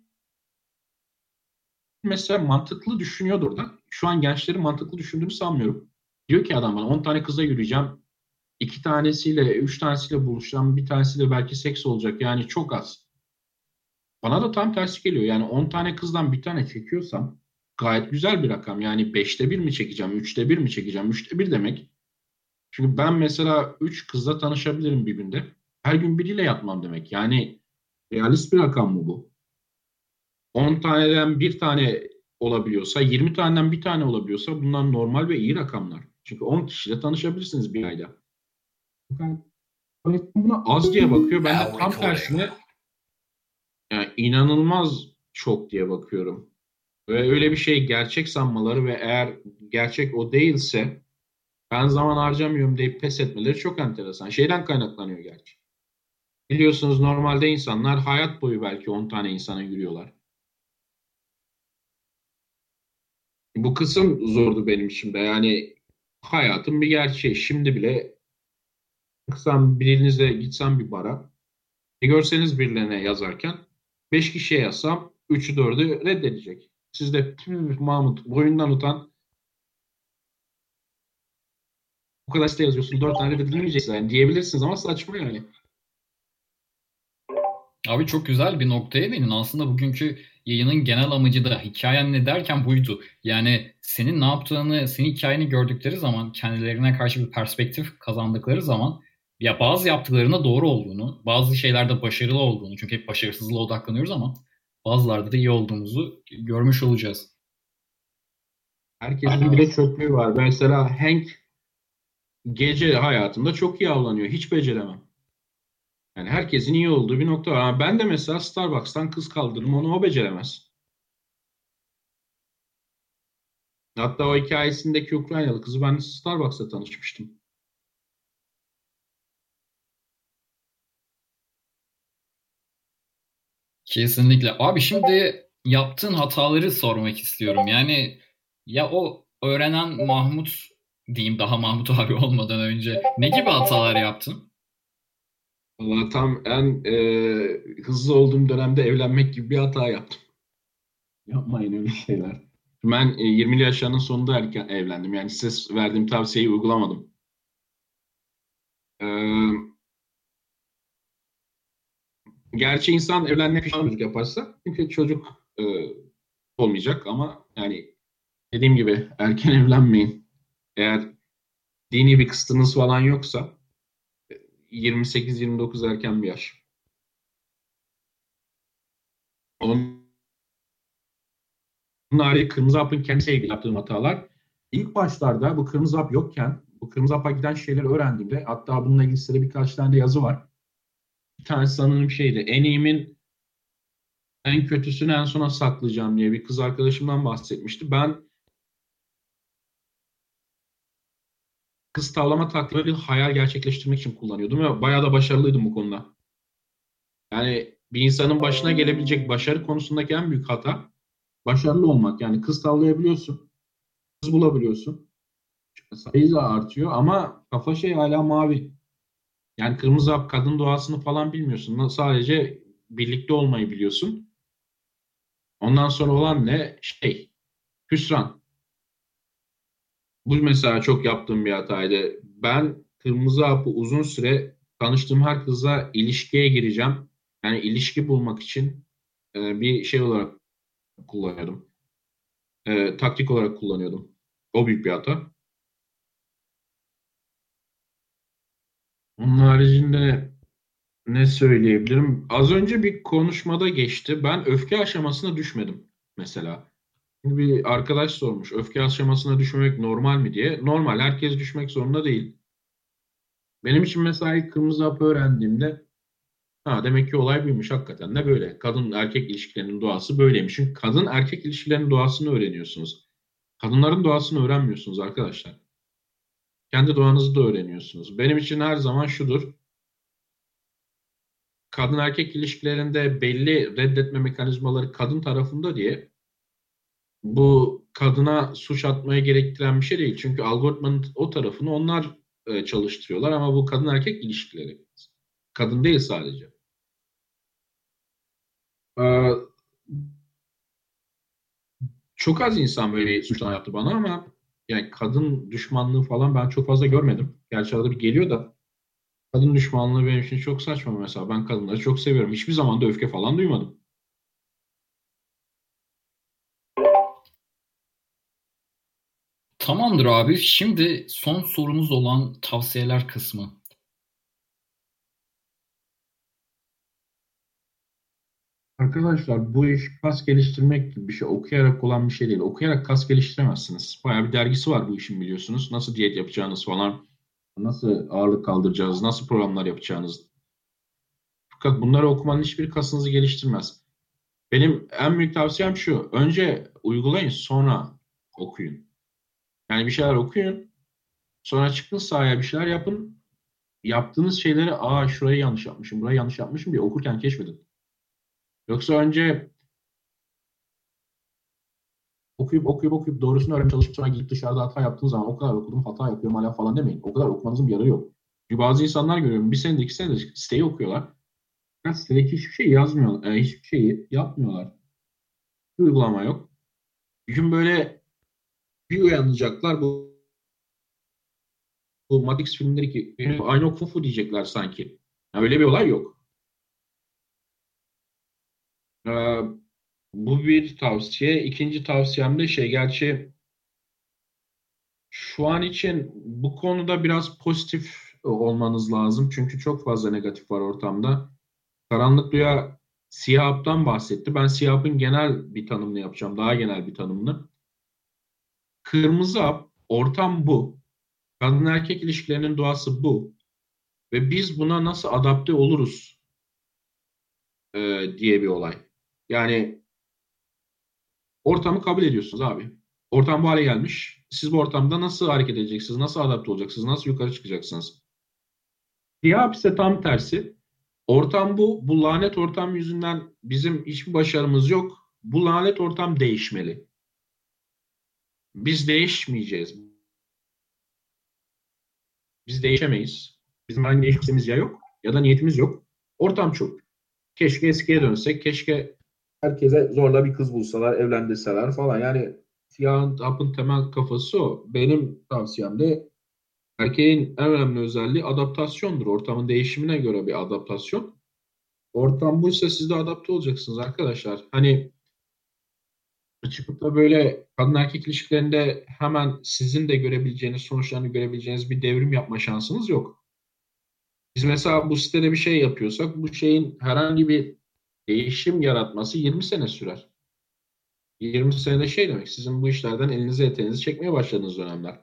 mesela mantıklı düşünüyordu orada. Şu an gençlerin mantıklı düşündüğünü sanmıyorum. Diyor ki adam bana on tane kıza yürüyeceğim. İki tanesiyle, üç tanesiyle buluşacağım. Bir tanesiyle belki seks olacak. Yani çok az. Bana da tam tersi geliyor. Yani on tane kızdan bir tane çekiyorsam gayet güzel bir rakam. Yani beşte bir mi çekeceğim, üçte bir mi çekeceğim? Üçte bir demek. Çünkü ben mesela üç kızla tanışabilirim bir günde. Her gün biriyle yatmam demek. Yani realist bir rakam mı bu? on taneden bir tane olabiliyorsa, yirmi taneden bir tane olabiliyorsa bunlar normal ve iyi rakamlar. Çünkü on kişiyle tanışabilirsiniz bir ayda. Yani buna az diye bakıyor. Ben de tam tersine yani inanılmaz çok diye bakıyorum. Ve öyle bir şey gerçek sanmaları ve eğer gerçek o değilse Ben zaman harcamıyorum deyip pes etmeleri çok enteresan. Şeyden kaynaklanıyor gerçi. Biliyorsunuz normalde insanlar hayat boyu belki on tane insana yürüyorlar. Bu kısım zordu benim için de. Yani hayatın bir gerçeği. Şimdi bile çıksam birinizle gitsem bir bara, e görseniz birilerine yazarken beş kişiye yazsam üçü dördü reddedecek. Siz de "Tüh, Mahmut boyundan utan, bu kadar site yazıyorsun dört tane reddedilmeyeceksin yani diyebilirsiniz ama saçma yani. Abi çok güzel bir noktaya değindin. Aslında bugünkü yayının genel amacı da hikayen ne derken buydu. Yani senin ne yaptığını, senin hikayeni gördükleri zaman, kendilerine karşı bir perspektif kazandıkları zaman ya bazı yaptıklarına doğru olduğunu, bazı şeylerde başarılı olduğunu, çünkü hep başarısızlığa odaklanıyoruz ama bazılarda da iyi olduğumuzu görmüş olacağız. Herkesin bir de çöplüğü var. Mesela Hank gece hayatında çok iyi avlanıyor. Hiç beceremem. Yani herkesin iyi olduğu bir nokta var. Ama ben de mesela Starbucks'tan kız kaldırırım. Onu o beceremez. Hatta o hikayesindeki Ukraynalı kızı ben Starbucks'ta tanışmıştım. Kesinlikle. Abi şimdi yaptığın hataları sormak istiyorum. Yani ya o öğrenen Mahmut diyeyim, daha Mahmut abi olmadan önce ne gibi hatalar yaptın? Valla tam en e, hızlı olduğum dönemde evlenmek gibi bir hata yaptım. Yapmayın öyle şeyler. Ben e, yirmili yaşlarının sonunda erken evlendim. Yani size verdiğim tavsiyeyi uygulamadım. Ee, Gerçi insan evlenme pişmanlık yaparsa çünkü çocuk e, olmayacak ama yani dediğim gibi erken evlenmeyin. Eğer dini bir kısıtınız falan yoksa yirmi sekiz yirmi dokuz erken bir yaş. Onun harici Kırmızı Hap'ın kendisiyle ilgili yaptığım hatalar. İlk başlarda bu Kırmızı Hap yokken bu Kırmızı Hap'a giden şeyleri öğrendiğimde, hatta bununla ilgili size birkaç tane de yazı var. Bir tanesi sanırım şeydi. En iyimin en kötüsünü en sona saklayacağım diye bir kız arkadaşımdan bahsetmişti. Ben kız tavlama taktiğini bir hayal gerçekleştirmek için kullanıyordum ve bayağı da başarılıydım bu konuda. Yani bir insanın başına gelebilecek başarı konusundaki en büyük hata başarılı olmak. Yani kız tavlayabiliyorsun, kız bulabiliyorsun. Sayı da artıyor ama kafa şey hala mavi. Yani kırmızı hap kadın doğasını falan bilmiyorsun. Sadece birlikte olmayı biliyorsun. Ondan sonra olan ne? Şey, hüsran. Bu mesela çok yaptığım bir hataydı. Ben kırmızı hapı uzun süre tanıştığım her kızla ilişkiye gireceğim. Yani ilişki bulmak için e, bir şey olarak kullanıyordum. E, taktik olarak kullanıyordum. O büyük bir hata. Onun haricinde ne söyleyebilirim? Az önce bir konuşmada geçti. Ben öfke aşamasına düşmedim mesela. Bir arkadaş sormuş, öfke aşamasına düşmemek normal mi diye. Normal, herkes düşmek zorunda değil. Benim için mesela ilk kırmızı hapı öğrendiğimde ha, demek ki olay buymuş, hakikaten de böyle. Kadın erkek ilişkilerinin doğası böyleymiş. Çünkü kadın erkek ilişkilerinin doğasını öğreniyorsunuz. Kadınların doğasını öğrenmiyorsunuz arkadaşlar. Kendi doğanızı da öğreniyorsunuz. Benim için her zaman şudur. Kadın erkek ilişkilerinde belli reddetme mekanizmaları kadın tarafında diye bu kadına suç atmaya gerektiren bir şey değil. Çünkü algoritmanın o tarafını onlar e, çalıştırıyorlar ama bu kadın erkek ilişkileri. Kadın değil sadece. Ee, Çok az insan böyle bir suçlama yaptı bana ama yani kadın düşmanlığı falan ben çok fazla görmedim. Gerçi arada bir geliyor da kadın düşmanlığı benim için çok saçma mesela. Ben kadınları çok seviyorum. Hiçbir zaman da öfke falan duymadım. Tamamdır abi. Şimdi son sorumuz olan tavsiyeler kısmı. Arkadaşlar bu iş kas geliştirmek gibi bir şey. Okuyarak olan bir şey değil. Okuyarak kas geliştiremezsiniz. Bayağı bir dergisi var bu işin, biliyorsunuz. Nasıl diyet yapacağınız falan, nasıl ağırlık kaldıracağınız, nasıl programlar yapacağınız. Fakat bunları okumanın hiçbir kasınızı geliştirmez. Benim en büyük tavsiyem şu. Önce uygulayın, sonra okuyun. Yani bir şeyler okuyun, Sonra çıkın sahaya bir şeyler yapın. Yaptığınız şeyleri aa şurayı yanlış yapmışım, burayı yanlış yapmışım diye okurken keşfedin. Yoksa önce okuyup okuyup okuyup doğrusunu öğrenmeye çalışıp sonra gidip dışarıda hata yaptığınız zaman o kadar okudum hata yapıyorum hala falan demeyin. O kadar okumanızın bir yararı yok. Çünkü bazı insanlar görüyorum bir senedir iki senedir siteyi okuyorlar. Yani sitedeki hiçbir şey yazmıyorlar. E, hiçbir şeyi yapmıyorlar. Bir uygulama yok. Bir gün böyle bir uyanacaklar bu, bu Matrix filmleri ki aynı Kung Fu diyecekler sanki. Yani öyle bir olay yok. Ee, bu bir tavsiye. İkinci tavsiyem de şey gerçi şu an için bu konuda biraz pozitif olmanız lazım. Çünkü çok fazla negatif var ortamda. Karanlık Rüya Siyah Hap'tan bahsetti. Ben Siyah Hap'ın genel bir tanımını yapacağım. Daha genel bir tanımını. Kırmızı hap, ortam bu. Kadın erkek ilişkilerinin doğası bu. Ve biz buna nasıl adapte oluruz e, diye bir olay. Yani ortamı kabul ediyorsunuz abi. Ortam bu hale gelmiş. Siz bu ortamda nasıl hareket edeceksiniz? Nasıl adapte olacaksınız? Nasıl yukarı çıkacaksınız? Siyah hap ise tam tersi. Ortam bu. Bu lanet ortam yüzünden bizim hiçbir başarımız yok. Bu lanet ortam değişmeli. Biz değişmeyeceğiz. Biz değişemeyiz. Bizim hangi değişmemiz ya yok ya da niyetimiz yok. Ortam çok. Keşke eskiye dönsek. Keşke herkese zorla bir kız bulsalar, evlendirseler falan. Yani siyah hapın temel kafası o. Benim tavsiyem de erkeğin en önemli özelliği adaptasyondur. Ortamın değişimine göre bir adaptasyon. Ortam buysa siz de adapte olacaksınız arkadaşlar. Hani çıkıp da böyle kadın erkek ilişkilerinde hemen sizin de görebileceğiniz, sonuçlarını görebileceğiniz bir devrim yapma şansınız yok. Biz mesela bu sitede bir şey yapıyorsak bu şeyin herhangi bir değişim yaratması yirmi sene sürer. yirmi senede şey demek sizin bu işlerden elinizi eteğinizi çekmeye başladığınız dönemler.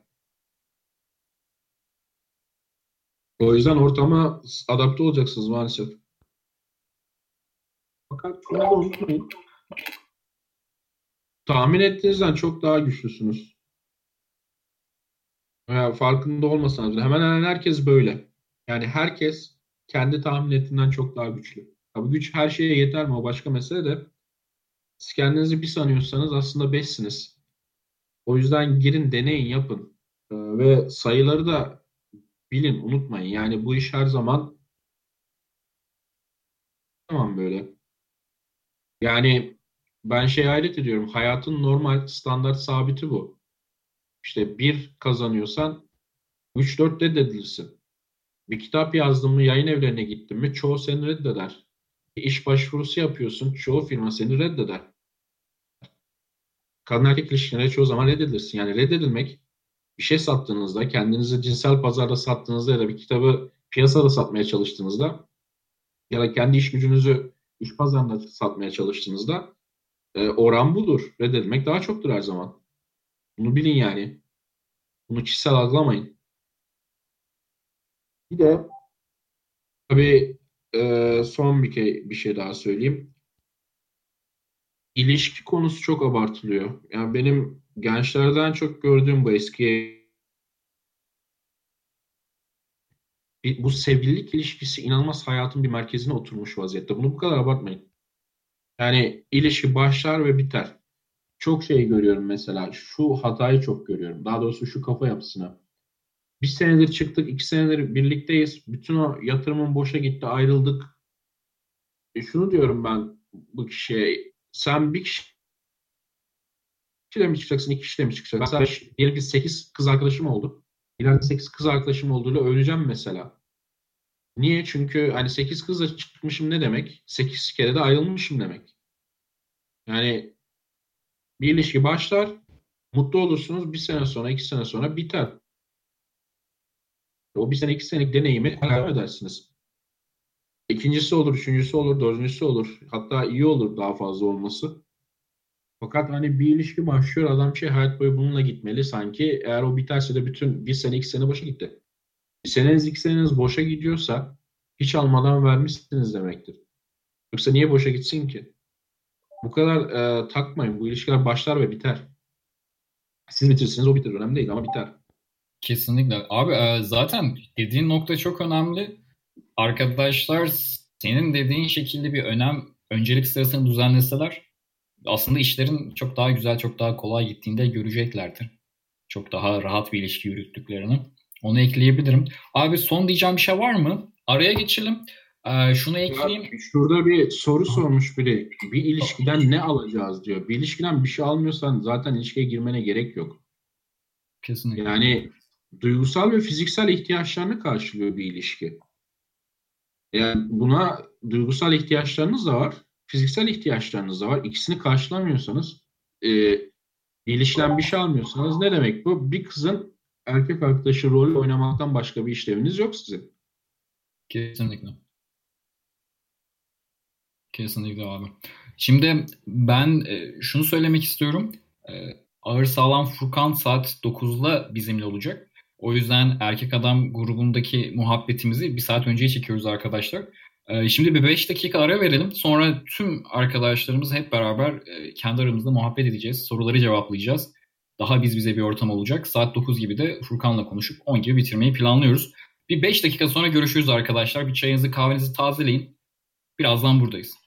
O yüzden ortama adapte olacaksınız maalesef. Fakat şunu da unutmayın. Tahmin ettiğinizden çok daha güçlüsünüz. Ya farkında olmasanız bile hemen hemen herkes böyle. Yani herkes kendi tahmin ettiğinden çok daha güçlü. Tabii güç her şeye yeter mi o başka mesele de. Siz kendinizi bir sanıyorsanız aslında beşsiniz. O yüzden girin, deneyin, yapın. Ee, ve sayıları da bilin, unutmayın. Yani bu iş her zaman tamam böyle. Yani ben şey hayret ediyorum. Hayatın normal standart sabiti bu. İşte bir kazanıyorsan üç dört reddedilirsin. Bir kitap yazdın mı, yayın evlerine gittin mi çoğu seni reddeder. Bir iş başvurusu yapıyorsun, çoğu firma seni reddeder. Kadın erkek ilişkilerine çoğu zaman reddedilirsin. Yani reddedilmek bir şey sattığınızda, kendinizi cinsel pazarda sattığınızda ya da bir kitabı piyasada satmaya çalıştığınızda ya da kendi iş gücünüzü iş pazarında satmaya çalıştığınızda e, oran budur. Reddedilmek daha çoktur her zaman. Bunu bilin yani. Bunu kişisel algılamayın. Bir de tabii e, son bir, ke- bir şey daha söyleyeyim. İlişki konusu çok abartılıyor. Yani benim gençlerden çok gördüğüm bu eski bu sevgililik ilişkisi inanılmaz hayatın bir merkezine oturmuş vaziyette. Bunu bu kadar abartmayın. Yani ilişki başlar ve biter. Çok şey görüyorum mesela. Şu hatayı çok görüyorum. Daha doğrusu şu kafa yapısına. Bir senedir çıktık, iki senedir birlikteyiz. Bütün o yatırımın boşa gitti, ayrıldık. E şunu diyorum ben bu kişiye. Sen bir kişiyle mi çıkacaksın, iki kişiyle mi çıkacaksın? Mesela diyelim ki sekiz kız arkadaşım oldu. İleride sekiz kız arkadaşım olduğuyla övüneceğim mesela. Niye? Çünkü hani sekiz kızla çıkmışım ne demek? Sekiz kere de ayrılmışım demek. Yani bir ilişki başlar, mutlu olursunuz. Bir sene sonra, iki sene sonra biter. O bir sene, iki senelik deneyimi devam edersiniz. İkincisi olur, üçüncüsü olur, dördüncüsü olur. Hatta iyi olur daha fazla olması. Fakat hani bir ilişki başlıyor, adam şey hayat boyu bununla gitmeli. Sanki eğer o biterse de bütün bir sene, iki sene boşa gitti. Bir seneniz, iki seneniz boşa gidiyorsa hiç almadan vermişsiniz demektir. Yoksa niye boşa gitsin ki? Bu kadar e, takmayın. Bu ilişkiler başlar ve biter. Siz bitirirsiniz, o bitirir. Önemli değil ama biter. Kesinlikle. Abi zaten dediğin nokta çok önemli. Arkadaşlar senin dediğin şekilde bir önem, öncelik sırasını düzenleseler aslında işlerin çok daha güzel, çok daha kolay gittiğinde göreceklerdir. Çok daha rahat bir ilişki yürüttüklerini. Onu ekleyebilirim. Abi son diyeceğim bir şey var mı? Araya geçelim. Ee, şunu ekleyeyim. Ya, şurada bir soru sormuş biri. Bir ilişkiden ne alacağız diyor. Bir ilişkiden bir şey almıyorsan zaten ilişkiye girmene gerek yok. Kesinlikle. Yani duygusal ve fiziksel ihtiyaçlarını karşılıyor bir ilişki. Yani buna duygusal ihtiyaçlarınız da var, fiziksel ihtiyaçlarınız da var. İkisini karşılamıyorsanız, e, ilişkiden bir şey almıyorsanız ne demek bu? Bir kızın erkek arkadaşı rolü oynamaktan başka bir işleviniz yok sizin. Kesinlikle. Kesinlikle abi. Şimdi ben e, şunu söylemek istiyorum. E, Ağır Sağlam Furkan saat dokuzda bizimle olacak. O yüzden Erkek Adam grubundaki muhabbetimizi bir saat önceye çekiyoruz arkadaşlar. E, şimdi bir beş dakika ara verelim. Sonra tüm arkadaşlarımız hep beraber e, kendi aramızda muhabbet edeceğiz. Soruları cevaplayacağız. Daha biz bize bir ortam olacak. Saat dokuz gibi de Furkan'la konuşup on gibi bitirmeyi planlıyoruz. Bir beş dakika sonra görüşürüz arkadaşlar. Bir çayınızı kahvenizi tazeleyin. Birazdan buradayız.